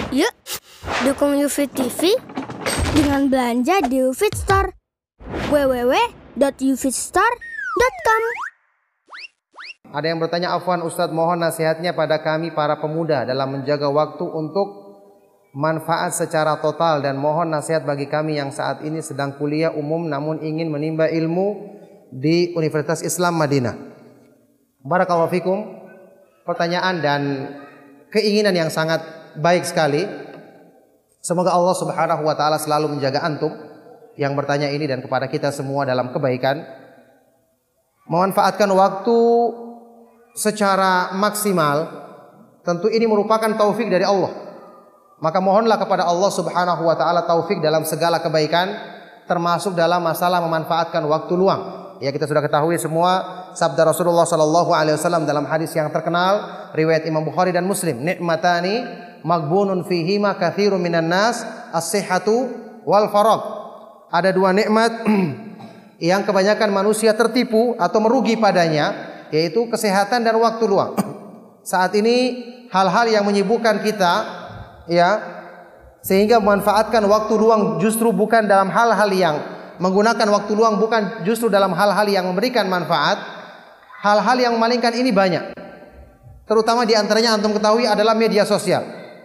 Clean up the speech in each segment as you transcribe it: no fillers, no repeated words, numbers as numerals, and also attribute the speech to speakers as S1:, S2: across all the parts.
S1: Yuk, dukung UFIT TV dengan belanja di UFIT Store. www.ufitstore.com.
S2: Ada yang bertanya, afwan Ustadz, mohon nasihatnya pada kami para pemuda dalam menjaga waktu untuk manfaat secara total, dan mohon nasihat bagi kami yang saat ini sedang kuliah umum namun ingin menimba ilmu di Universitas Islam Madinah. Barakallahu fikum. Pertanyaan dan keinginan yang sangat baik sekali. Semoga Allah Subhanahu wa taala selalu menjaga antum yang bertanya ini dan kepada kita semua dalam kebaikan. Memanfaatkan waktu secara maksimal, tentu ini merupakan taufik dari Allah. Maka mohonlah kepada Allah Subhanahu wa taala taufik dalam segala kebaikan, termasuk dalam masalah memanfaatkan waktu luang. Ya, kita sudah ketahui semua sabda Rasulullah sallallahu alaihi wasallam dalam hadis yang terkenal riwayat Imam Bukhari dan Muslim, nikmatani maghbunun fihima katsirun minan nas, as-sihhatu wal faragh. Ada dua nikmat yang kebanyakan manusia tertipu atau merugi padanya, yaitu kesehatan dan waktu luang. Saat ini hal-hal yang menyibukkan kita, ya, sehingga memanfaatkan waktu luang justru bukan dalam hal-hal yang menggunakan waktu luang bukan justru dalam hal-hal yang memberikan manfaat. Hal-hal yang memalingkan ini banyak. Terutama di antaranya antum ketahui adalah media sosial.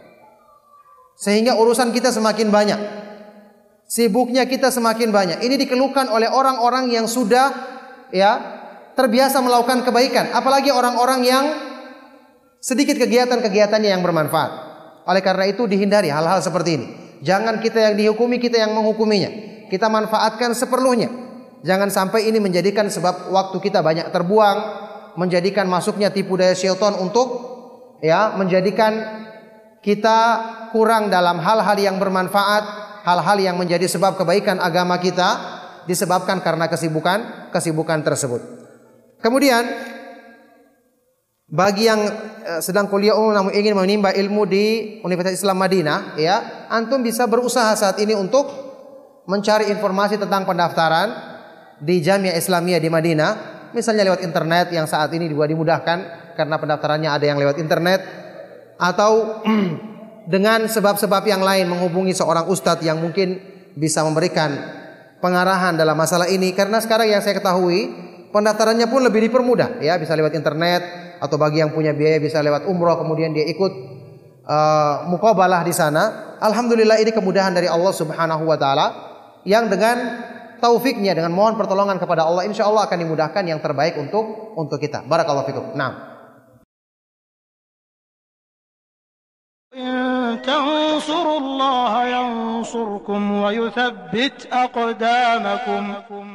S2: Sehingga urusan kita semakin banyak. Sibuknya kita semakin banyak. Ini dikeluhkan oleh orang-orang yang sudah, ya, terbiasa melakukan kebaikan, apalagi orang-orang yang sedikit kegiatan-kegiatannya yang bermanfaat. Oleh karena itu dihindari hal-hal seperti ini. Jangan kita yang dihukumi, kita yang menghukuminya. Kita manfaatkan seperlunya. Jangan sampai ini menjadikan sebab waktu kita banyak terbuang, menjadikan masuknya tipu daya syaitan untuk, ya, menjadikan kita kurang dalam hal-hal yang bermanfaat, hal-hal yang menjadi sebab kebaikan agama kita disebabkan karena kesibukan tersebut. Kemudian bagi yang sedang kuliah umum namun ingin menimba ilmu di Universitas Islam Madinah, ya, antum bisa berusaha saat ini untuk mencari informasi tentang pendaftaran di Jamiah Islamiyah di Madinah, misalnya lewat internet yang saat ini juga dimudahkan karena pendaftarannya ada yang lewat internet, atau dengan sebab-sebab yang lain menghubungi seorang ustadz yang mungkin bisa memberikan pengarahan dalam masalah ini. Karena sekarang yang saya ketahui pendaftarannya pun lebih dipermudah, ya, bisa lewat internet, atau bagi yang punya biaya bisa lewat umroh kemudian dia ikut muqabalah di sana. Alhamdulillah ini kemudahan dari Allah Subhanahu wa taala yang dengan taufiknya, dengan mohon pertolongan kepada Allah, insya Allah akan dimudahkan yang terbaik untuk kita. Barakallahu fikum. Naam.
S3: In tansurullaha yansurkum wa yuthabbit aqdamakum.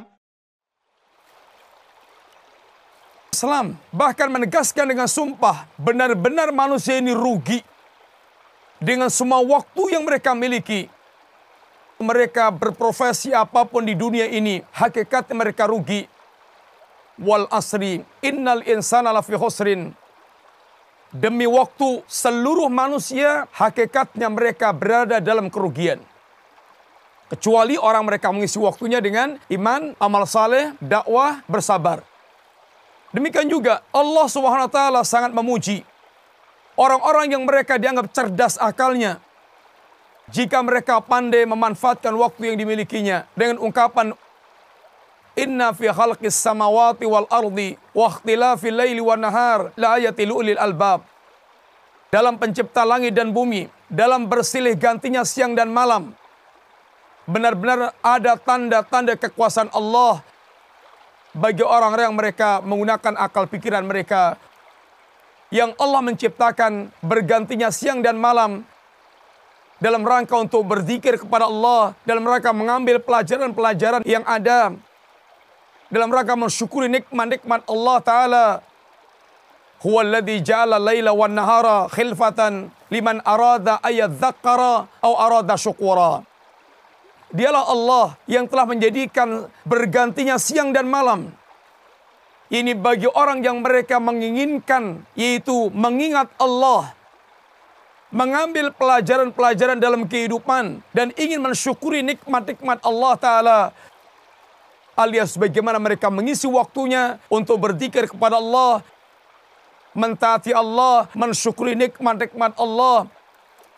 S4: Islam bahkan menegaskan dengan sumpah, benar-benar manusia ini rugi dengan semua waktu yang mereka miliki. Mereka berprofesi apapun di dunia ini, hakikatnya mereka rugi. Wal asri innal insana lafi khusrin. Demi waktu, seluruh manusia hakikatnya mereka berada dalam kerugian. Kecuali orang mereka mengisi waktunya dengan iman, amal saleh, dakwah, bersabar. Demikian juga Allah Subhanahu wa taala sangat memuji orang-orang yang mereka dianggap cerdas akalnya jika mereka pandai memanfaatkan waktu yang dimilikinya dengan ungkapan inna fi khalqis samawati wal ardi wa ikhtilafil laili wan nahar la ayatil ulil albab. Dalam pencipta langit dan bumi, dalam bersilih gantinya siang dan malam, benar-benar ada tanda-tanda kekuasaan Allah bagi orang-orang yang mereka menggunakan akal pikiran mereka, yang Allah menciptakan bergantinya siang dan malam dalam rangka untuk berzikir kepada Allah, dalam rangka mengambil pelajaran-pelajaran yang ada, dalam rangka mensyukuri nikmat-nikmat Allah Ta'ala. Huwallazi ja'ala laila wan nahara khilfatan liman arada ayadzakkara aw arada syukura. Dialah Allah yang telah menjadikan bergantinya siang dan malam. Ini bagi orang yang mereka menginginkan, yaitu mengingat Allah, mengambil pelajaran-pelajaran dalam kehidupan, dan ingin mensyukuri nikmat-nikmat Allah Ta'ala. Alias bagaimana mereka mengisi waktunya untuk berzikir kepada Allah, mentaati Allah, mensyukuri nikmat-nikmat Allah,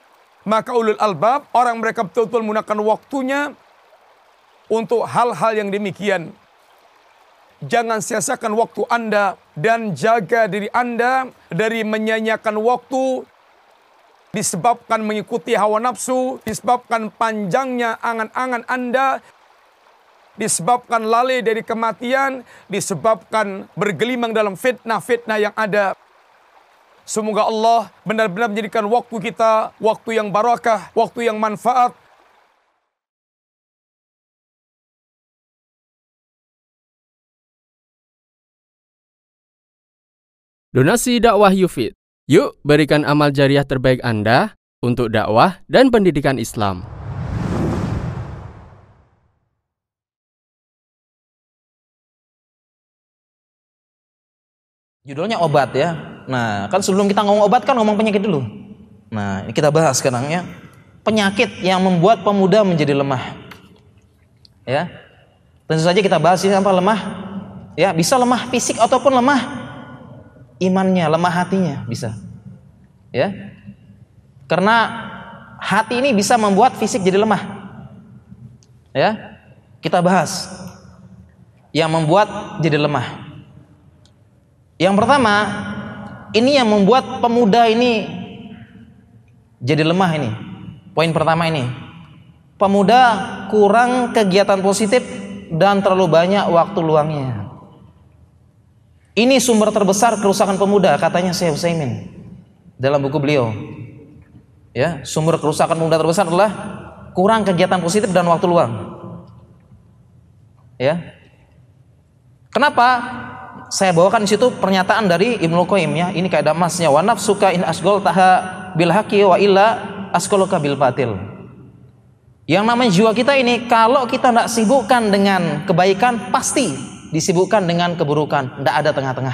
S4: Maka ulul albab, orang mereka betul-betul menggunakan waktunya untuk hal-hal yang demikian. Jangan sia-siakan waktu Anda dan jaga diri Anda dari menyanyiakan waktu disebabkan mengikuti hawa nafsu, disebabkan panjangnya angan-angan Anda, disebabkan lalai dari kematian, disebabkan bergelimang dalam fitnah-fitnah yang ada. Semoga Allah benar-benar menjadikan waktu kita waktu yang barakah, waktu yang manfaat.
S5: Donasi dakwah Yufid. Yuk berikan amal jariah terbaik Anda untuk dakwah dan pendidikan Islam.
S6: Judulnya obat ya. Nah, kan sebelum kita ngomong obat kan ngomong penyakit dulu. Nah, ini kita bahas sekarang ya. Penyakit yang membuat pemuda menjadi lemah. Ya. Tentu saja kita bahas ini apa lemah? Ya, bisa lemah fisik ataupun lemah imannya, lemah hatinya bisa. Ya. Karena hati ini bisa membuat fisik jadi lemah. Ya. Kita bahas yang membuat jadi lemah. Yang pertama, ini yang membuat pemuda ini jadi lemah ini. Poin pertama ini. Pemuda kurang kegiatan positif dan terlalu banyak waktu luangnya. Ini sumber terbesar kerusakan pemuda, katanya Syekh Utsaimin dalam buku beliau. Ya, sumber kerusakan pemuda terbesar adalah kurang kegiatan positif dan waktu luang. Ya. Kenapa? Saya bawakan di situ pernyataan dari Ibnu Qayyim ya. Ini kaidah emasnya, wa nafsuka in asghaltaha bil haqqi wa illa asqaluka bil batil. Yang namanya jiwa kita ini kalau kita tidak sibukkan dengan kebaikan pasti disibukkan dengan keburukan, tidak ada tengah-tengah.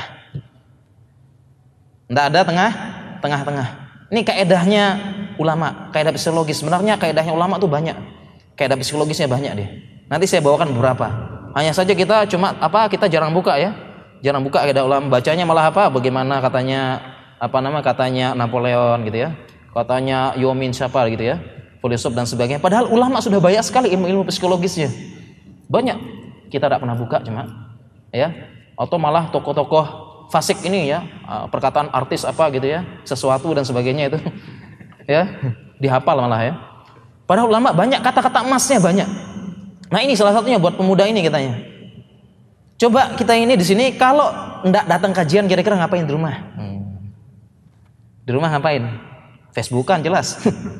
S6: Tidak ada tengah-tengah. Ini kaedahnya ulama, kaedah psikologis. Sebenarnya kaedahnya ulama tuh banyak. Kaedah psikologisnya banyak deh. Nanti saya bawakan beberapa. Hanya saja kita kita jarang buka ya. Jarang buka kaedah ulama, bacanya malah bagaimana katanya katanya Napoleon gitu ya. Katanya Yomin siapa gitu ya. Filsuf dan sebagainya. Padahal ulama sudah banyak sekali ilmu-ilmu psikologisnya. Banyak. Kita tidak pernah buka cuma ya, atau malah tokoh-tokoh fasik ini ya, perkataan artis gitu ya, sesuatu dan sebagainya itu ya, dihafal malah ya. Padahal ulama banyak kata-kata emasnya banyak. Nah, ini salah satunya buat pemuda ini katanya. Coba kita ini di sini kalau ndak datang kajian kira-kira ngapain di rumah? Di rumah ngapain? Facebookan jelas.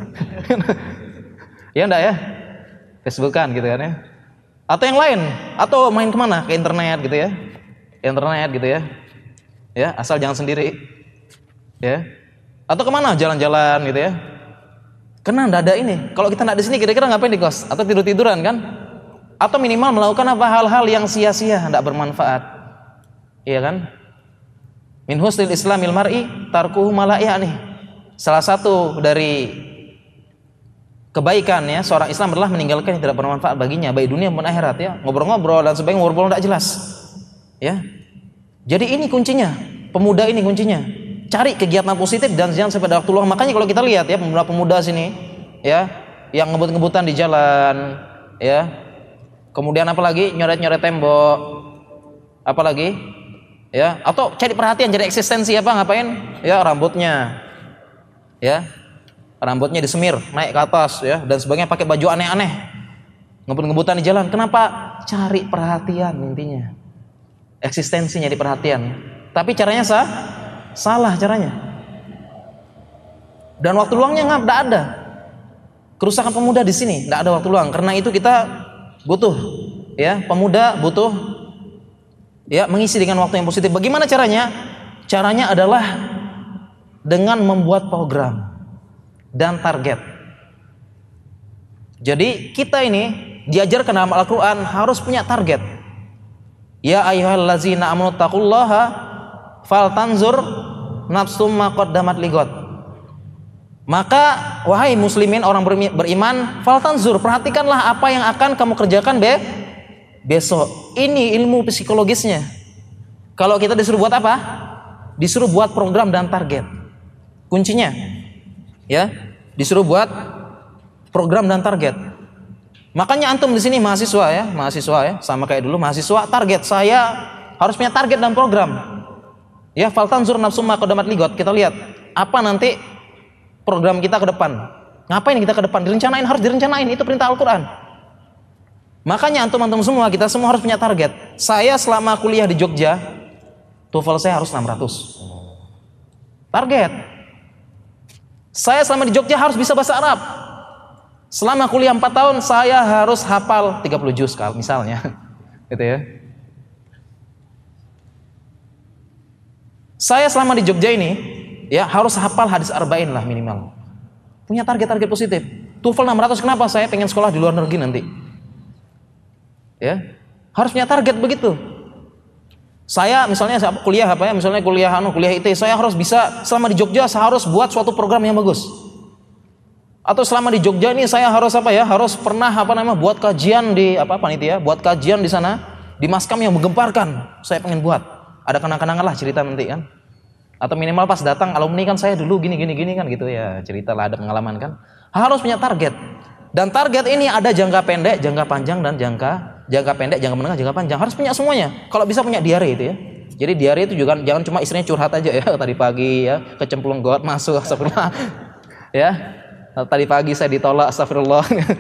S6: Ya ndak ya? Facebookan gitu kan ya. Atau yang lain, atau main kemana? Ke internet gitu ya. Internet gitu ya. Ya, asal jangan sendiri. Ya. Atau kemana? Jalan-jalan gitu ya. Karena enggak ada ini. Kalau kita enggak di sini kira-kira ngapain di kos? Atau tidur-tiduran kan? Atau minimal melakukan hal-hal yang sia-sia, enggak bermanfaat. Iya kan? Min husnil islamil mar'i tarkuhu ma la ya'ni. Salah satu dari kebaikan ya seorang Islam adalah meninggalkan yang tidak bermanfaat baginya, baik dunia maupun akhirat ya. Ngobrol-ngobrol dan sebagainya, ngobrol tidak jelas. Ya. Jadi ini kuncinya. Pemuda ini kuncinya. Cari kegiatan positif dan jangan sampai ada waktu luang. Makanya kalau kita lihat ya pemuda-pemuda sini ya, yang ngebut-ngebutan di jalan ya. Kemudian apalagi nyoret-nyoret tembok. Apalagi ya, atau cari perhatian, cari eksistensi ngapain? Ya, rambutnya. Ya. Rambutnya disemir, naik ke atas ya, dan sebagainya, pakai baju aneh-aneh, ngebut-ngebutan di jalan. Kenapa? Cari perhatian intinya. Eksistensinya di perhatian. Tapi caranya salah caranya. Dan waktu luangnya nggak ada. Kerusakan pemuda di sini nggak ada waktu luang. Karena itu kita butuh ya, pemuda butuh ya mengisi dengan waktu yang positif. Bagaimana caranya? Caranya adalah dengan membuat program dan target. Jadi kita ini diajarkan dalam Al-Quran harus punya target. Ya ayyuhallazina amanu taqullaha faltanzur nafsum ma qaddamat ligot. Maka wahai muslimin, orang beriman, faltanzur, perhatikanlah apa yang akan kamu kerjakan besok. Ini ilmu psikologisnya. Kalau kita disuruh buat apa? Disuruh buat program dan target. Kuncinya ya, Disuruh buat program dan target. Makanya antum di sini mahasiswa ya, sama kayak dulu mahasiswa, target saya harus punya target dan program. Ya, faltanzur nafsum ma qaddamat ligot. Kita lihat apa nanti program kita ke depan. Ngapain kita ke depan? Direncanain, harus direncanain, itu perintah Al-Qur'an. Makanya antum semua, kita semua harus punya target. Saya selama kuliah di Jogja, TOEFL saya harus 600. Target. Saya selama di Jogja harus bisa bahasa Arab. Selama kuliah 4 tahun saya harus hafal 30 juz misalnya. Gitu ya. Saya selama di Jogja ini ya harus hafal hadis arba'in lah minimal. Punya target-target positif. TOEFL 600, kenapa? Saya pengen sekolah di luar negeri nanti. Ya. Harus punya target begitu. Saya misalnya kuliah misalnya kuliah IT, saya harus bisa selama di Jogja saya harus buat suatu program yang bagus. Atau selama di Jogja ini saya harus harus pernah buat kajian di panitia, buat kajian di sana di Maskam yang menggemparkan. Saya pengen buat. Ada kenang-kenangan lah cerita nanti kan. Atau minimal pas datang alumni kan saya dulu gini kan gitu ya, cerita lah, ada pengalaman kan. Harus punya target. Dan target ini ada jangka pendek, jangka panjang dan jangka pendek, jangka menengah, jangka panjang. Harus punya semuanya. Kalau bisa punya diare itu ya. Jadi diare itu juga jangan cuma istrinya curhat aja ya, tadi pagi ya kecemplung got masuk astagfirullah. Ya. Tadi pagi saya ditolak, astagfirullah.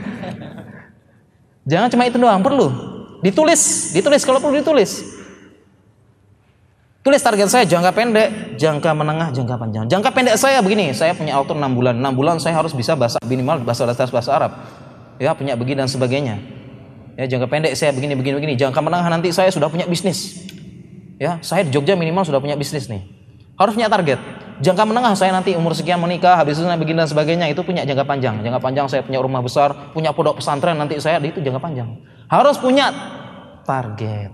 S6: Jangan cuma itu doang, perlu ditulis kalau perlu ditulis. Tulis target saya jangka pendek, jangka menengah, jangka panjang. Jangka pendek saya begini, saya punya auto 6 bulan. 6 bulan saya harus bisa minimal bahasa Arab. Ya, punya begini dan sebagainya. Ya, jangka pendek saya begini. Jangka menengah nanti saya sudah punya bisnis. Ya, saya di Jogja minimal sudah punya bisnis nih. Harus punya target. Jangka menengah saya nanti umur sekian menikah, habis itu begini dan sebagainya, itu punya jangka panjang. Jangka panjang saya punya rumah besar, punya pondok pesantren nanti saya, itu jangka panjang. Harus punya target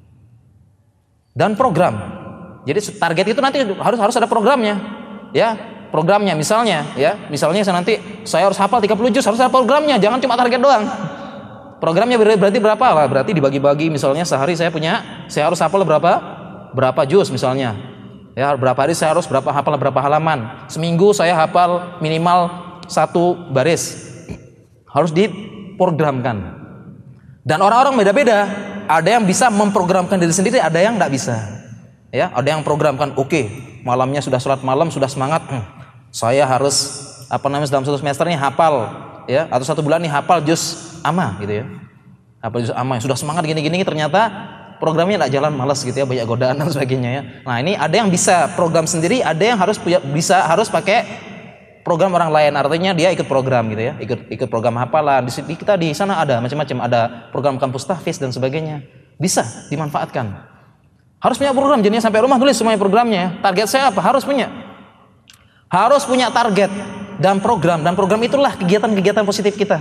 S6: dan program. Jadi target itu nanti harus ada programnya. Ya, programnya misalnya saya harus hafal 30 juz, harus ada programnya, jangan cuma target doang. Programnya berarti berapa lah? Berarti dibagi-bagi, misalnya sehari saya harus hafal berapa juz misalnya. Ya, berapa hari saya harus hafal berapa halaman. Seminggu saya hafal minimal 1 baris. Harus diprogramkan. Dan orang-orang beda-beda. Ada yang bisa memprogramkan diri sendiri, ada yang enggak bisa. Ya, ada yang programkan, oke, malamnya sudah sholat malam, sudah semangat. Saya harus dalam 1 semester nih hafal, ya, atau 1 bulan nih hafal juz amma gitu ya. Hafal juz amma, sudah semangat gini-gini, ternyata programnya tidak jalan, malas gitu ya, banyak godaan dan sebagainya ya. Nah, ini ada yang bisa program sendiri, ada yang harus pakai program orang lain, artinya dia ikut program gitu ya, ikut program hafalan. Kita di sana ada macam-macam, ada program kampus tahfiz dan sebagainya, bisa dimanfaatkan. Harus punya program, jadinya sampai rumah tulis semuanya programnya. Target saya apa? Harus punya target dan program itulah kegiatan-kegiatan positif kita.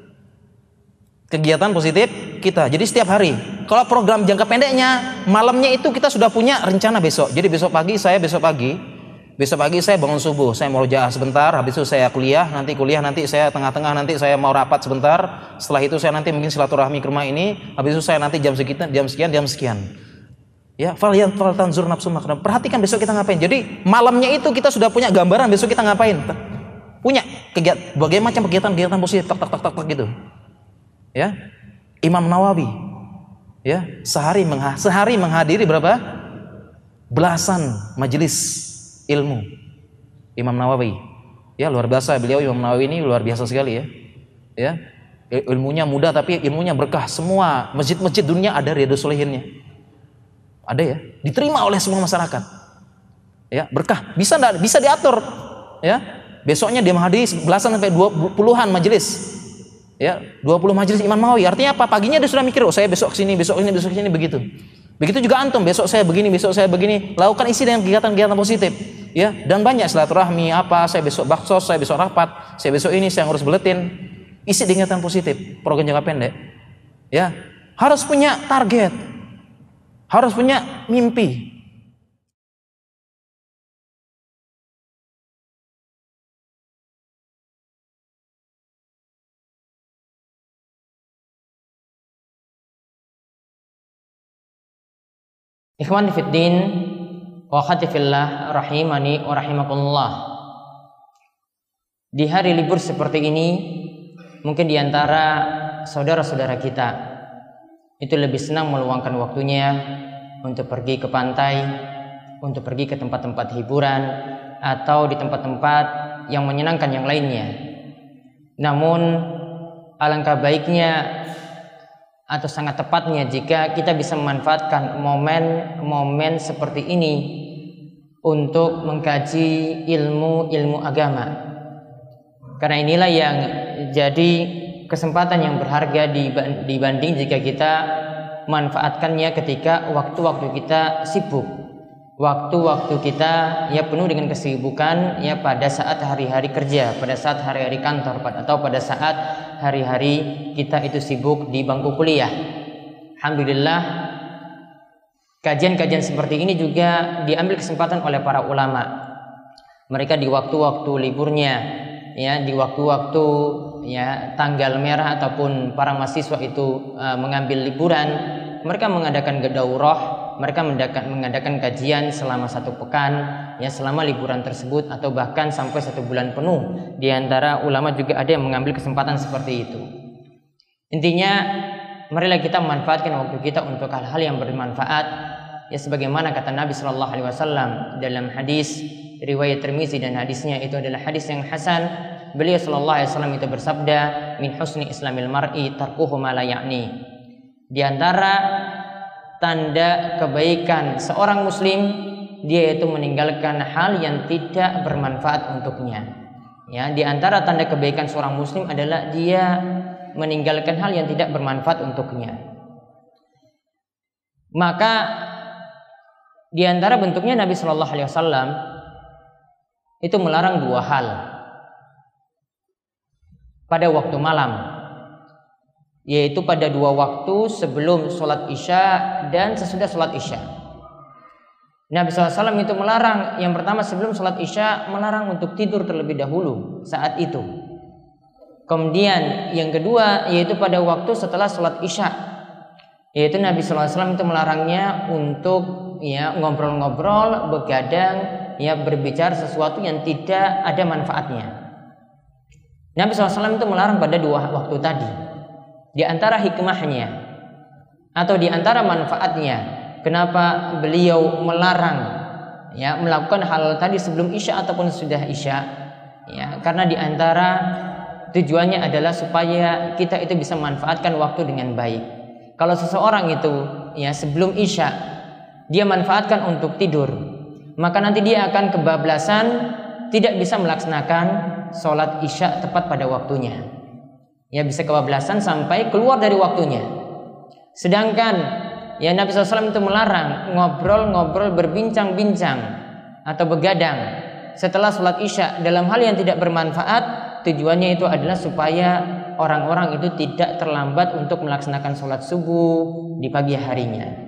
S6: Kegiatan positif kita. Jadi setiap hari. Kalau program jangka pendeknya, malamnya itu kita sudah punya rencana besok. Jadi besok pagi saya bangun subuh, saya mau murojaah sebentar, habis itu saya kuliah nanti saya tengah-tengah nanti saya mau rapat sebentar. Setelah itu saya nanti mungkin silaturahmi ke rumah ini, habis itu saya nanti jam sekian. Ya, fal tanzur nafsum ma qaddamat. Perhatikan besok kita ngapain. Jadi malamnya itu kita sudah punya gambaran besok kita ngapain. Punya kegiatan, bagaimana macam kegiatan positif tak gitu. Ya, Imam Nawawi, ya, sehari menghadiri berapa? Belasan majelis ilmu. Imam Nawawi, ya, luar biasa beliau. Imam Nawawi ini luar biasa sekali ya. Ya, ilmunya mudah tapi ilmunya berkah. Semua masjid-masjid dunia ada Riyadhus Shalihinnya. Ada ya, diterima oleh semua masyarakat. Ya, berkah. Bisa diatur. Ya, besoknya dia menghadiri belasan sampai 20-an majelis. Ya, 20 majelis Imam Nawawi. Artinya apa? Paginya dia sudah mikir, saya besok kesini, besok ini begitu. Begitu juga antum, besok saya begini. Lakukan isi dengan kegiatan-kegiatan positif. Ya, dan banyak silaturahmi saya besok baksos, saya besok rapat, saya besok ini saya ngurus buletin. Isi dengan kegiatan positif, program jangka pendek. Ya, harus punya target. Harus punya mimpi.
S7: Ikhwan fiddin wa akhwati fillah rahimani wa rahimakumullah. Di hari libur seperti ini, mungkin di antara saudara-saudara kita itu lebih senang meluangkan waktunya untuk pergi ke pantai, untuk pergi ke tempat-tempat hiburan, atau di tempat-tempat yang menyenangkan yang lainnya. Namun alangkah baiknya atau sangat tepatnya jika kita bisa memanfaatkan momen-momen seperti ini untuk mengkaji ilmu agama. Karena inilah yang jadi kesempatan yang berharga dibanding jika kita manfaatkannya ketika waktu-waktu kita sibuk, waktu-waktu kita ya penuh dengan kesibukan ya pada saat hari-hari kerja, pada saat hari-hari kantor, atau pada saat hari-hari kita itu sibuk di bangku kuliah. Alhamdulillah, kajian-kajian seperti ini juga diambil kesempatan oleh para ulama. Mereka di waktu-waktu liburnya, ya di waktu-waktu ya tanggal merah ataupun para mahasiswa itu mengambil liburan, mereka mengadakan daurah, mereka mengadakan kajian selama 1 pekan ya selama liburan tersebut, atau bahkan sampai 1 bulan penuh. Di antara ulama juga ada yang mengambil kesempatan seperti itu. Intinya, marilah kita memanfaatkan waktu kita untuk hal-hal yang bermanfaat ya, sebagaimana kata Nabi Shallallahu Alaihi Wasallam dalam hadis riwayat Tirmizi, dan hadisnya itu adalah hadis yang hasan. Beliau Shallallahu Alaihi Wasallam itu bersabda, min husni islamil mar'i tarkuhu ma la ya'ni. Di antara tanda kebaikan seorang muslim, dia itu meninggalkan hal yang tidak bermanfaat untuknya. Ya, di antara tanda kebaikan seorang muslim adalah dia meninggalkan hal yang tidak bermanfaat untuknya. Maka di antara bentuknya Nabi Shallallahu Alaihi Wasallam itu melarang 2 hal pada waktu malam, yaitu pada 2 waktu sebelum sholat isya dan sesudah sholat isya. Nabi SAW itu melarang, yang pertama sebelum sholat isya, melarang untuk tidur terlebih dahulu saat itu. Kemudian yang kedua yaitu pada waktu setelah sholat isya, yaitu Nabi SAW itu melarangnya untuk ya ngobrol-ngobrol, begadang, ya berbicara sesuatu yang tidak ada manfaatnya. Nabi SAW itu melarang pada 2 waktu tadi. Di antara hikmahnya atau di antara manfaatnya, kenapa beliau melarang ya melakukan hal tadi sebelum isya ataupun sudah isya? Ya, karena di antara tujuannya adalah supaya kita itu bisa memanfaatkan waktu dengan baik. Kalau seseorang itu ya sebelum isya dia manfaatkan untuk tidur, maka nanti dia akan kebablasan, tidak bisa melaksanakan sholat isya tepat pada waktunya. Ya, bisa kebablasan sampai keluar dari waktunya. Sedangkan ya Nabi SAW itu melarang ngobrol-ngobrol, berbincang-bincang atau begadang setelah sholat isya dalam hal yang tidak bermanfaat. Tujuannya itu adalah supaya orang-orang itu tidak terlambat untuk melaksanakan sholat subuh di pagi harinya.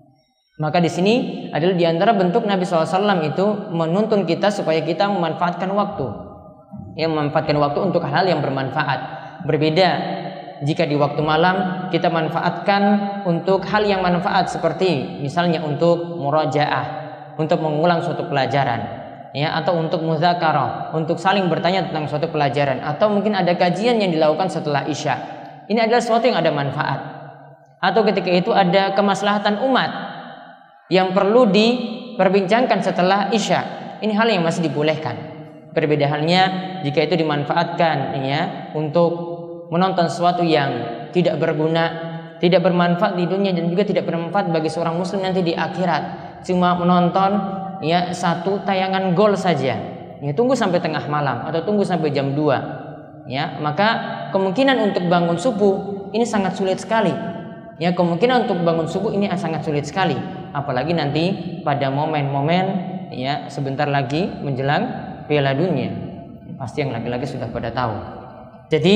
S7: Maka di sini adalah di antara bentuk Nabi SAW itu menuntun kita supaya kita memanfaatkan waktu, ya memanfaatkan waktu untuk hal yang bermanfaat. Berbeda jika di waktu malam kita manfaatkan untuk hal yang manfaat, seperti misalnya untuk murajaah, untuk mengulang suatu pelajaran, ya, atau untuk muzakarah, untuk saling bertanya tentang suatu pelajaran, atau mungkin ada kajian yang dilakukan setelah isya. Ini adalah sesuatu yang ada manfaat. Atau ketika itu ada kemaslahatan umat yang perlu diperbincangkan setelah isya. Ini hal yang masih dibolehkan. Berbeda halnya jika itu dimanfaatkan ya untuk menonton sesuatu yang tidak berguna, tidak bermanfaat di dunia, dan juga tidak bermanfaat bagi seorang muslim nanti di akhirat. Cuma menonton ya satu tayangan gol saja, ya tunggu sampai tengah malam atau tunggu sampai jam 2, ya maka kemungkinan untuk bangun subuh ini sangat sulit sekali. Ya, kemungkinan untuk bangun subuh ini sangat sulit sekali, apalagi nanti pada momen-momen ya sebentar lagi menjelang Piala Dunia. Pasti yang laki-laki sudah pada tahu. Jadi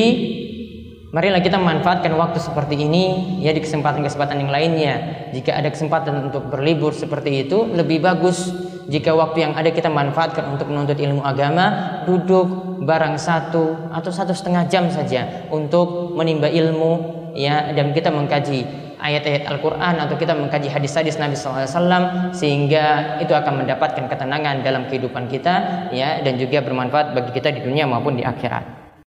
S7: marilah kita memanfaatkan waktu seperti ini ya di kesempatan-kesempatan yang lainnya. Jika ada kesempatan untuk berlibur seperti itu, lebih bagus jika waktu yang ada kita manfaatkan untuk menuntut ilmu agama, duduk barang 1 atau 1,5 jam saja untuk menimba ilmu ya, dan kita mengkaji ayat-ayat Al-Quran atau kita mengkaji hadis-hadis Nabi SAW, sehingga itu akan mendapatkan ketenangan dalam kehidupan kita, ya, dan juga bermanfaat bagi kita di dunia maupun di akhirat.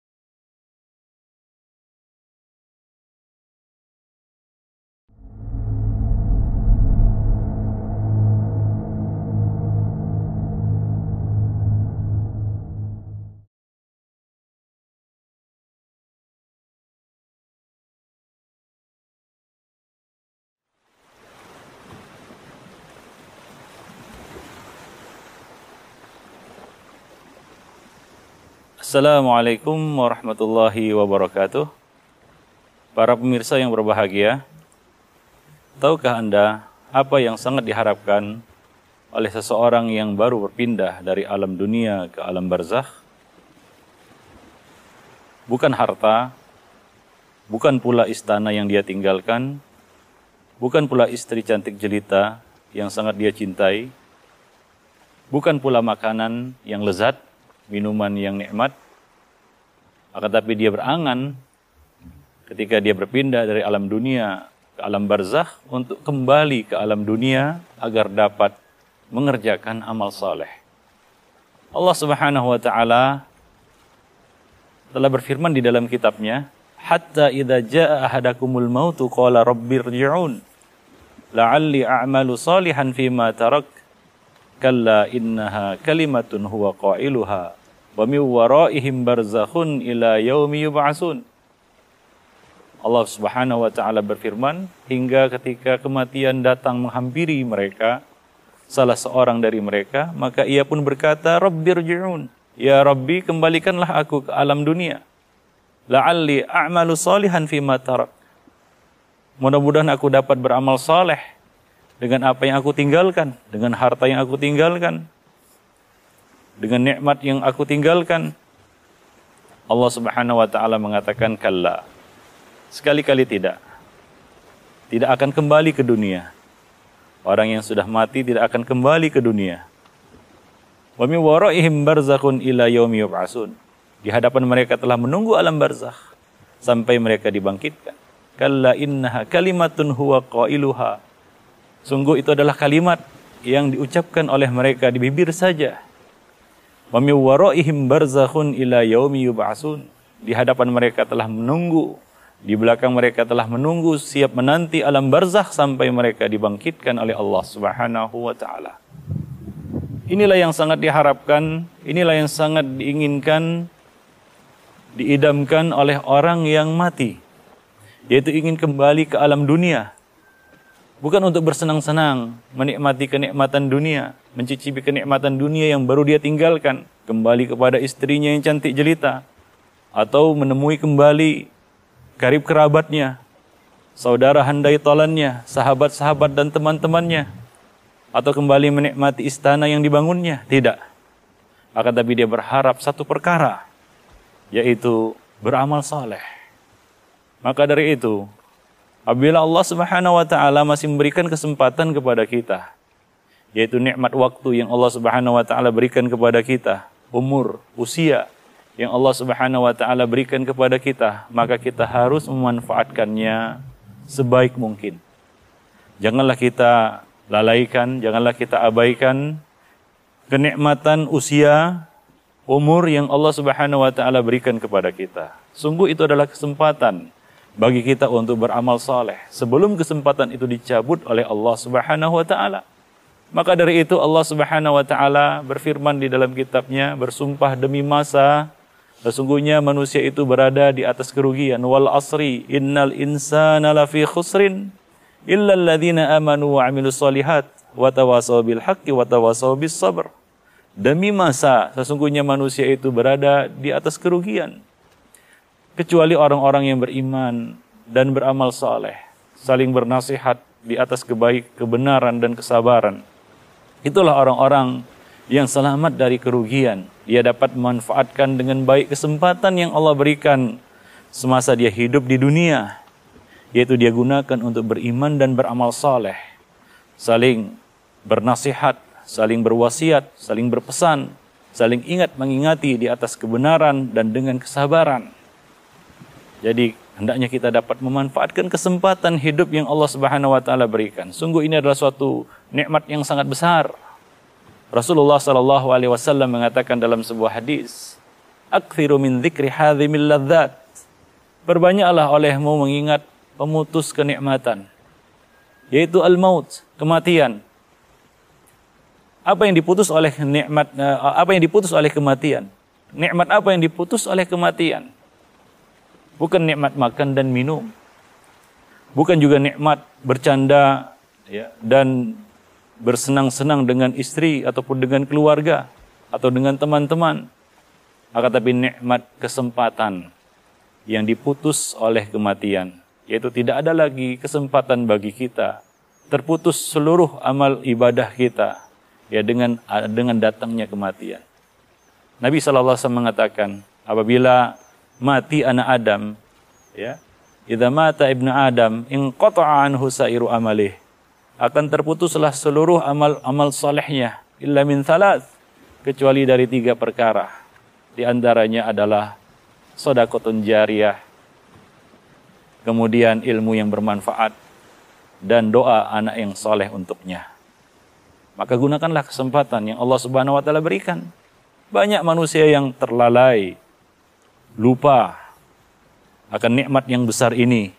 S8: Assalamualaikum warahmatullahi wabarakatuh. Para pemirsa yang berbahagia, tahukah Anda apa yang sangat diharapkan oleh seseorang yang baru berpindah dari alam dunia ke alam barzakh? Bukan harta, bukan pula istana yang dia tinggalkan, bukan pula istri cantik jelita yang sangat dia cintai, bukan pula makanan yang lezat, minuman yang nikmat, akan tapi dia berangan ketika dia berpindah dari alam dunia ke alam barzakh untuk kembali ke alam dunia agar dapat mengerjakan amal saleh. Allah Subhanahu wa taala telah berfirman di dalam kitabnya, hatta idza jaa ahadakumul mautu qala rabbirji'un la'alli a'malu salihan fima tarak kalla innaha kalimatun huwa qailuha wa min waraihim barzakhun ila yaumi yub'atsun. Allah Subhanahu wa taala berfirman, hingga ketika kematian datang menghampiri mereka, salah seorang dari mereka, maka ia pun berkata, rabbirji'un, ya Rabbi, kembalikanlah aku ke alam dunia, la'alli a'malu salihan fima tarak, mudah-mudahan aku dapat beramal saleh dengan apa yang aku tinggalkan, dengan harta yang aku tinggalkan, dengan nikmat yang aku tinggalkan. Allah Subhanahu wa taala mengatakan, kalla, sekali-kali tidak akan kembali ke dunia. Orang yang sudah mati tidak akan kembali ke dunia. Wa min waraihim barzakhun ila yaumi yub'atsun. Di hadapan mereka telah menunggu alam barzakh sampai mereka dibangkitkan. Kalla innaha kalimatun huwa qailuha. Sungguh itu adalah kalimat yang diucapkan oleh mereka di bibir saja. Wa min waraihim barzakhun ila yaumi yub'atsun. Di hadapan mereka telah menunggu, di belakang mereka telah menunggu, siap menanti alam barzakh sampai mereka dibangkitkan oleh Allah Subhanahu wa taala. Inilah yang sangat diharapkan, inilah yang sangat diinginkan, diidamkan oleh orang yang mati, yaitu ingin kembali ke alam dunia. Bukan untuk bersenang-senang, menikmati kenikmatan dunia, mencicipi kenikmatan dunia yang baru dia tinggalkan, kembali kepada istrinya yang cantik jelita, atau menemui kembali karib kerabatnya, saudara handai tolannya, sahabat-sahabat dan teman-temannya, atau kembali menikmati istana yang dibangunnya. Tidak. Akan tapi dia berharap satu perkara, yaitu beramal saleh. Maka dari itu, apabila Allah Subhanahu wa taala masih memberikan kesempatan kepada kita, yaitu nikmat waktu yang Allah Subhanahu wa taala berikan kepada kita, umur, usia yang Allah Subhanahu wa taala berikan kepada kita, maka kita harus memanfaatkannya sebaik mungkin. Janganlah kita lalaikan, janganlah kita abaikan kenikmatan usia, umur yang Allah Subhanahu wa taala berikan kepada kita. Sungguh itu adalah kesempatan bagi kita untuk beramal saleh sebelum kesempatan itu dicabut oleh Allah Subhanahu wa taala. Maka dari itu Allah Subhanahu wa taala berfirman di dalam kitabnya, bersumpah demi masa, sesungguhnya manusia itu berada di atas kerugian. Wal asri innal insana lafi khusrin illa alladhina amanu wa amilus solihat wa tawasaw bil haqqi wa tawasaw bis sabr. Demi masa, sesungguhnya manusia itu berada di atas kerugian, kecuali orang-orang yang beriman dan beramal saleh, saling bernasihat di atas kebenaran dan kesabaran. Itulah orang-orang yang selamat dari kerugian. Dia dapat memanfaatkan dengan baik kesempatan yang Allah berikan semasa dia hidup di dunia, yaitu dia gunakan untuk beriman dan beramal saleh, saling bernasihat, saling berwasiat, saling berpesan, saling ingat mengingati di atas kebenaran dan dengan kesabaran. Jadi Hendaknya kita dapat memanfaatkan kesempatan hidup yang Allah Subhanahu wa taala berikan. Sungguh ini adalah suatu nikmat yang sangat besar. Rasulullah sallallahu alaihi wasallam mengatakan dalam sebuah hadis, "Aktsiru min dzikri hadzimil ladzat." Perbanyaklah olehmu mengingat pemutus kenikmatan, yaitu al-maut, kematian. Apa yang diputus oleh nikmat, apa yang diputus oleh kematian? Nikmat apa yang diputus oleh kematian? Bukan nikmat makan dan minum. Bukan juga nikmat bercanda ya, dan bersenang-senang dengan istri ataupun dengan keluarga atau dengan teman-teman. Akan tapi nikmat kesempatan yang diputus oleh kematian, yaitu tidak ada lagi kesempatan bagi kita, terputus seluruh amal ibadah kita ya dengan datangnya kematian. Nabi SAW mengatakan, apabila mati anak Adam, ya, idza mata ibnu Adam inqata'a anhu sa'iru amalih, akan terputuslah seluruh amal salehnya illa min thalath, kecuali dari 3 perkara. Di antaranya adalah shadaqatun jariyah, kemudian ilmu yang bermanfaat, dan doa anak yang soleh untuknya. Maka gunakanlah kesempatan yang Allah Subhanahu wa taala berikan. Banyak manusia yang terlalai, lupa akan nikmat yang besar ini.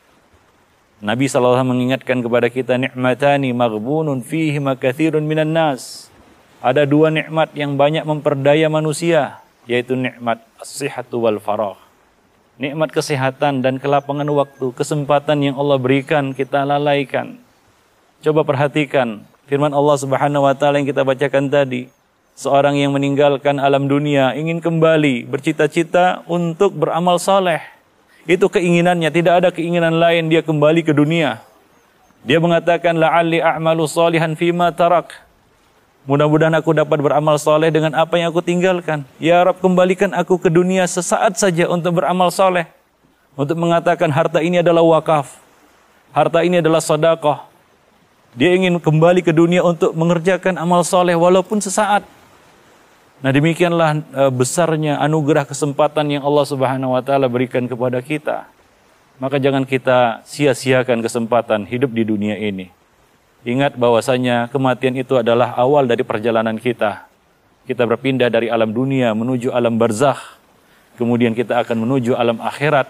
S8: Nabi SAW mengingatkan kepada kita, nikmatani maghbunun fihi makathirun minan nas. Ada 2 nikmat yang banyak memperdaya manusia, yaitu nikmat as-sihhatu wal faragh. Nikmat kesehatan dan kelapangan waktu, kesempatan yang Allah berikan kita lalaikan. Coba perhatikan firman Allah Subhanahu wa taala yang kita bacakan tadi. Seorang yang meninggalkan alam dunia ingin kembali, bercita-cita untuk beramal saleh. Itu keinginannya, tidak ada keinginan lain dia kembali ke dunia. Dia mengatakan, la'alli a'malu salihan fima tarak. Mudah-mudahan aku dapat beramal saleh dengan apa yang aku tinggalkan. Ya Rabb, kembalikan aku ke dunia sesaat saja untuk beramal saleh. Untuk mengatakan harta ini adalah wakaf. Harta ini adalah sedekah. Dia ingin kembali ke dunia untuk mengerjakan amal saleh walaupun sesaat. Nah, demikianlah besarnya anugerah kesempatan yang Allah Subhanahu wa taala berikan kepada kita. Maka jangan kita sia-siakan kesempatan hidup di dunia ini. Ingat bahwasanya kematian itu adalah awal dari perjalanan kita. Kita berpindah dari alam dunia menuju alam barzakh. Kemudian kita akan menuju alam akhirat.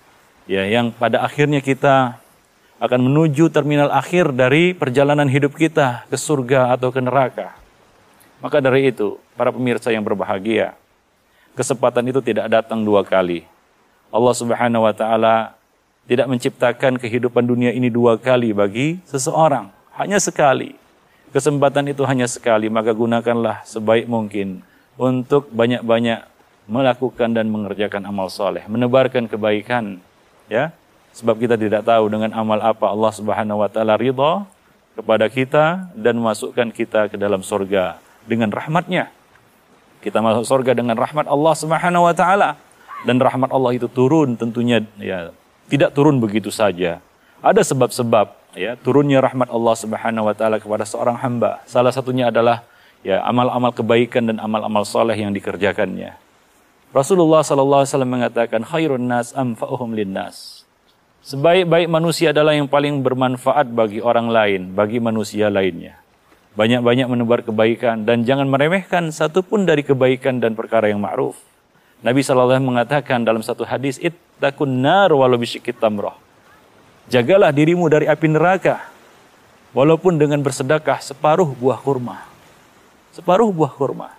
S8: Ya, yang pada akhirnya kita akan menuju terminal akhir dari perjalanan hidup kita ke surga atau ke neraka. Maka dari itu, para pemirsa yang berbahagia, kesempatan itu tidak datang 2 kali. Allah Subhanahu wa taala tidak menciptakan kehidupan dunia ini 2 kali bagi seseorang, hanya sekali. Kesempatan itu hanya sekali, maka gunakanlah sebaik mungkin untuk banyak-banyak melakukan dan mengerjakan amal soleh, menebarkan kebaikan, ya. Sebab kita tidak tahu dengan amal apa Allah Subhanahu wa taala ridha kepada kita dan memasukkan kita ke dalam surga dengan rahmatnya. Kita masuk surga dengan rahmat Allah Subhanahu wa taala, dan rahmat Allah itu turun tentunya ya, tidak turun begitu saja. Ada sebab-sebab ya turunnya rahmat Allah Subhanahu wa taala kepada seorang hamba. Salah satunya adalah ya amal-amal kebaikan dan amal-amal soleh yang dikerjakannya. Rasulullah sallallahu alaihi wasallam mengatakan, khairun nas anfa'uhum linnas. Sebaik-baik manusia adalah yang paling bermanfaat bagi orang lain, bagi manusia lainnya. Banyak-banyak menebar kebaikan dan jangan meremehkan satupun dari kebaikan dan perkara yang ma'ruf. Nabi SAW mengatakan dalam satu hadis, ittaqun nar walau bisyikit tamrah. Jagalah dirimu dari api neraka walaupun dengan bersedekah separuh buah kurma. Separuh buah kurma.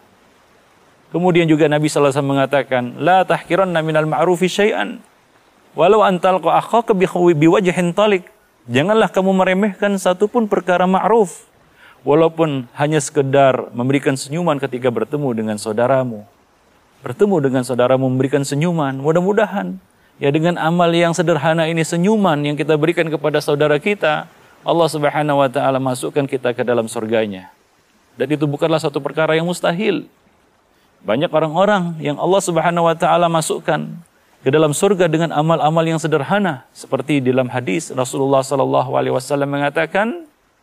S8: Kemudian juga Nabi SAW mengatakan, la tahkiranna minal ma'rufi syai'an walau antalqa akhaka biwajhin talik. Janganlah kamu meremehkan satupun perkara ma'ruf, walaupun hanya sekedar memberikan senyuman ketika bertemu dengan saudaramu. Bertemu dengan saudaramu memberikan senyuman. Mudah-mudahan ya dengan amal yang sederhana ini, senyuman yang kita berikan kepada saudara kita, Allah Subhanahu wa taala masukkan kita ke dalam surganya. Dan itu bukanlah satu perkara yang mustahil. Banyak orang-orang yang Allah Subhanahu wa taala masukkan ke dalam surga dengan amal-amal yang sederhana, seperti di dalam hadis Rasulullah sallallahu alaihi wasallam mengatakan,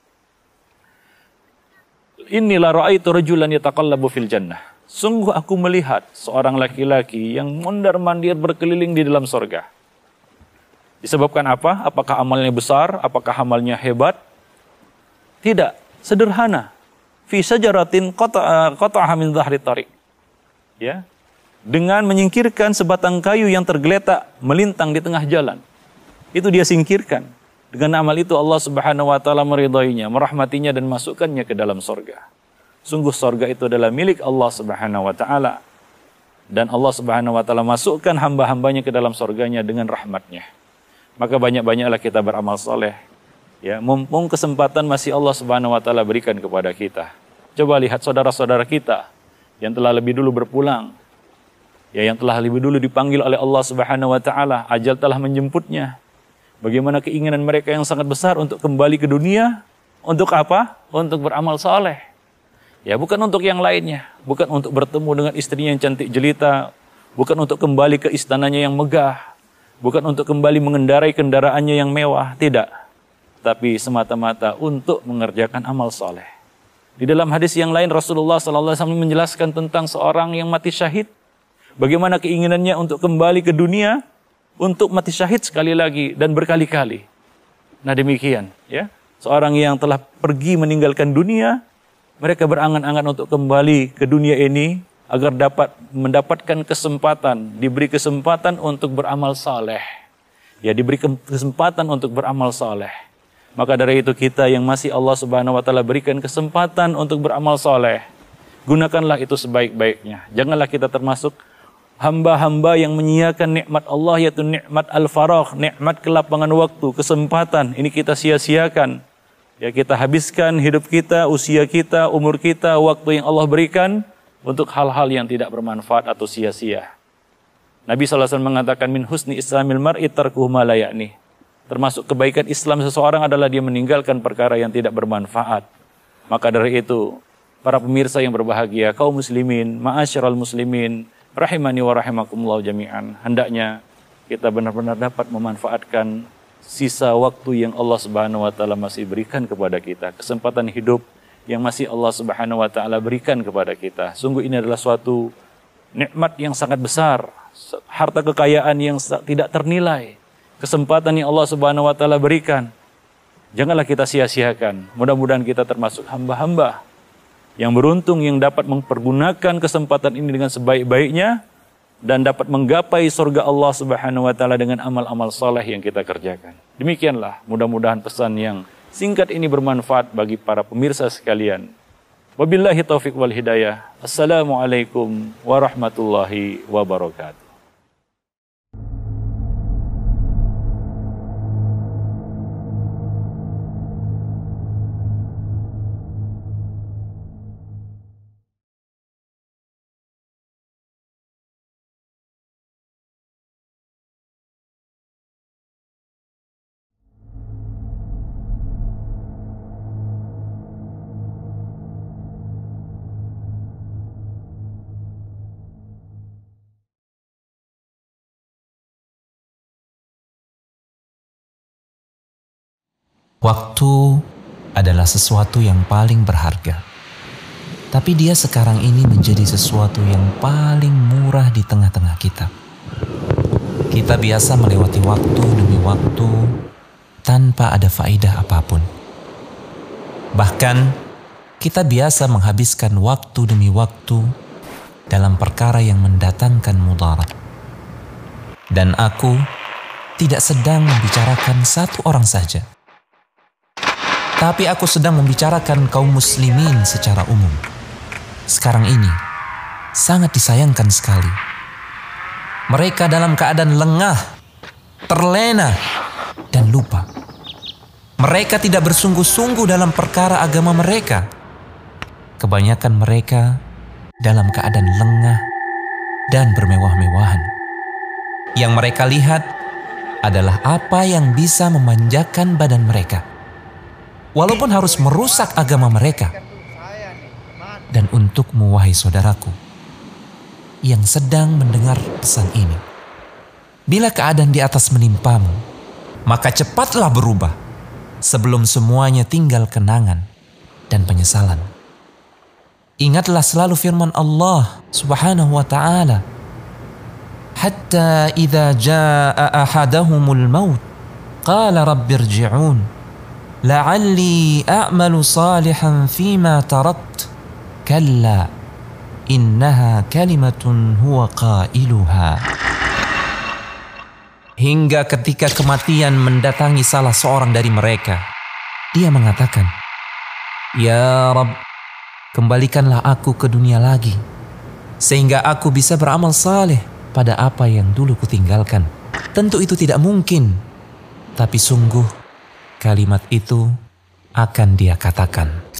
S8: Inilah ra'aitu rajulan yataqallabu fil jannah. Sungguh aku melihat seorang laki-laki yang mondar-mandir berkeliling di dalam surga. Disebabkan apa? Apakah amalnya besar? Apakah amalnya hebat? Tidak, sederhana. Fi syajaratin qata'aha min dhahri tariq. Ya. Dengan menyingkirkan sebatang kayu yang tergeletak melintang di tengah jalan. Itu dia singkirkan. Dengan amal itu Allah Subhanahu wa taala meridainya, merahmatinya dan masukkannya ke dalam sorga. Sungguh sorga itu adalah milik Allah Subhanahu wa taala. Dan Allah Subhanahu wa taala masukkan hamba-hambanya ke dalam sorganya dengan rahmatnya. Maka banyak-banyaklah kita beramal soleh. Ya, mumpung kesempatan masih Allah Subhanahu wa taala berikan kepada kita. Coba lihat saudara-saudara kita yang telah lebih dulu berpulang. Ya, yang telah lebih dulu dipanggil oleh Allah Subhanahu wa taala, ajal telah menjemputnya. Bagaimana keinginan mereka yang sangat besar untuk kembali ke dunia? Untuk apa? Untuk beramal soleh. Ya, bukan untuk yang lainnya, bukan untuk bertemu dengan istrinya yang cantik jelita, bukan untuk kembali ke istananya yang megah. Bukan untuk kembali mengendarai kendaraannya yang mewah, tidak. Tapi semata-mata untuk mengerjakan amal soleh. Di dalam hadis yang lain Rasulullah SAW menjelaskan tentang seorang yang mati syahid. Bagaimana keinginannya untuk kembali ke dunia, untuk mati syahid sekali lagi dan berkali-kali. Nah demikian, ya. Seorang yang telah pergi meninggalkan dunia, mereka berangan-angan untuk kembali ke dunia ini, agar dapat mendapatkan kesempatan, diberi kesempatan untuk beramal saleh. Ya, diberi kesempatan untuk beramal saleh. Maka dari itu kita yang masih Allah Subhanahu wa taala berikan kesempatan untuk beramal saleh, gunakanlah itu sebaik-baiknya. Janganlah kita termasuk hamba-hamba yang menyia-nyiakan nikmat Allah, yaitu nikmat al-faragh, nikmat kelapangan waktu, kesempatan. Ini kita sia-siakan. Ya, kita habiskan hidup kita, usia kita, umur kita, waktu yang Allah berikan untuk hal-hal yang tidak bermanfaat atau sia-sia. Nabi SAW mengatakan min husni islamil mar'i tarkuhu ma la ya'ni. Termasuk kebaikan Islam seseorang adalah dia meninggalkan perkara yang tidak bermanfaat. Maka dari itu, para pemirsa yang berbahagia, kaum muslimin, ma'asyiral muslimin, rahimani wa rahimakumullah jami'an, hendaknya kita benar-benar dapat memanfaatkan sisa waktu yang Allah Subhanahu wa taala masih berikan kepada kita, kesempatan hidup yang masih Allah Subhanahu wa taala berikan kepada kita. Sungguh ini adalah suatu nikmat yang sangat besar, harta kekayaan yang tidak ternilai, kesempatan yang Allah Subhanahu wa taala berikan. Janganlah kita sia-siakan. Mudah-mudahan kita termasuk hamba-hamba yang beruntung yang dapat mempergunakan kesempatan ini dengan sebaik-baiknya dan dapat menggapai surga Allah Subhanahu wa taala dengan amal-amal saleh yang kita kerjakan. Demikianlah mudah-mudahan pesan yang singkat ini bermanfaat bagi para pemirsa sekalian. Wabillahi taufiq wal hidayah. Assalamualaikum warahmatullahi wabarakatuh.
S9: Waktu adalah sesuatu yang paling berharga. Tapi dia sekarang ini menjadi sesuatu yang paling murah di tengah-tengah kita. Kita biasa melewati waktu demi waktu tanpa ada faedah apapun. Bahkan kita biasa menghabiskan waktu demi waktu dalam perkara yang mendatangkan mudarat. Dan aku tidak sedang membicarakan satu orang saja. Tapi aku sedang membicarakan kaum muslimin secara umum. Sekarang ini sangat disayangkan sekali. Mereka dalam keadaan lengah, terlena, dan lupa. Mereka tidak bersungguh-sungguh dalam perkara agama mereka. Kebanyakan mereka dalam keadaan lengah dan bermewah-mewahan. Yang mereka lihat adalah apa yang bisa memanjakan badan mereka. Walaupun harus merusak agama mereka. Dan untukmu wahai saudaraku yang sedang mendengar pesan ini, bila keadaan di atas menimpamu, maka cepatlah berubah sebelum semuanya tinggal kenangan dan penyesalan. Ingatlah selalu firman Allah Subhanahu wa ta'ala, hatta idza jaa ahadahumul maut qala rabbirji'un la'alli a'malu salihan fima tarakt kalla innaha kalimatun huwa qailuha. Hingga ketika kematian mendatangi salah seorang dari mereka, dia mengatakan, "Ya Rabb, kembalikanlah aku ke dunia lagi, sehingga aku bisa beramal saleh pada apa yang dulu kutinggalkan." Tentu itu tidak mungkin, tapi sungguh kalimat itu akan dia katakan.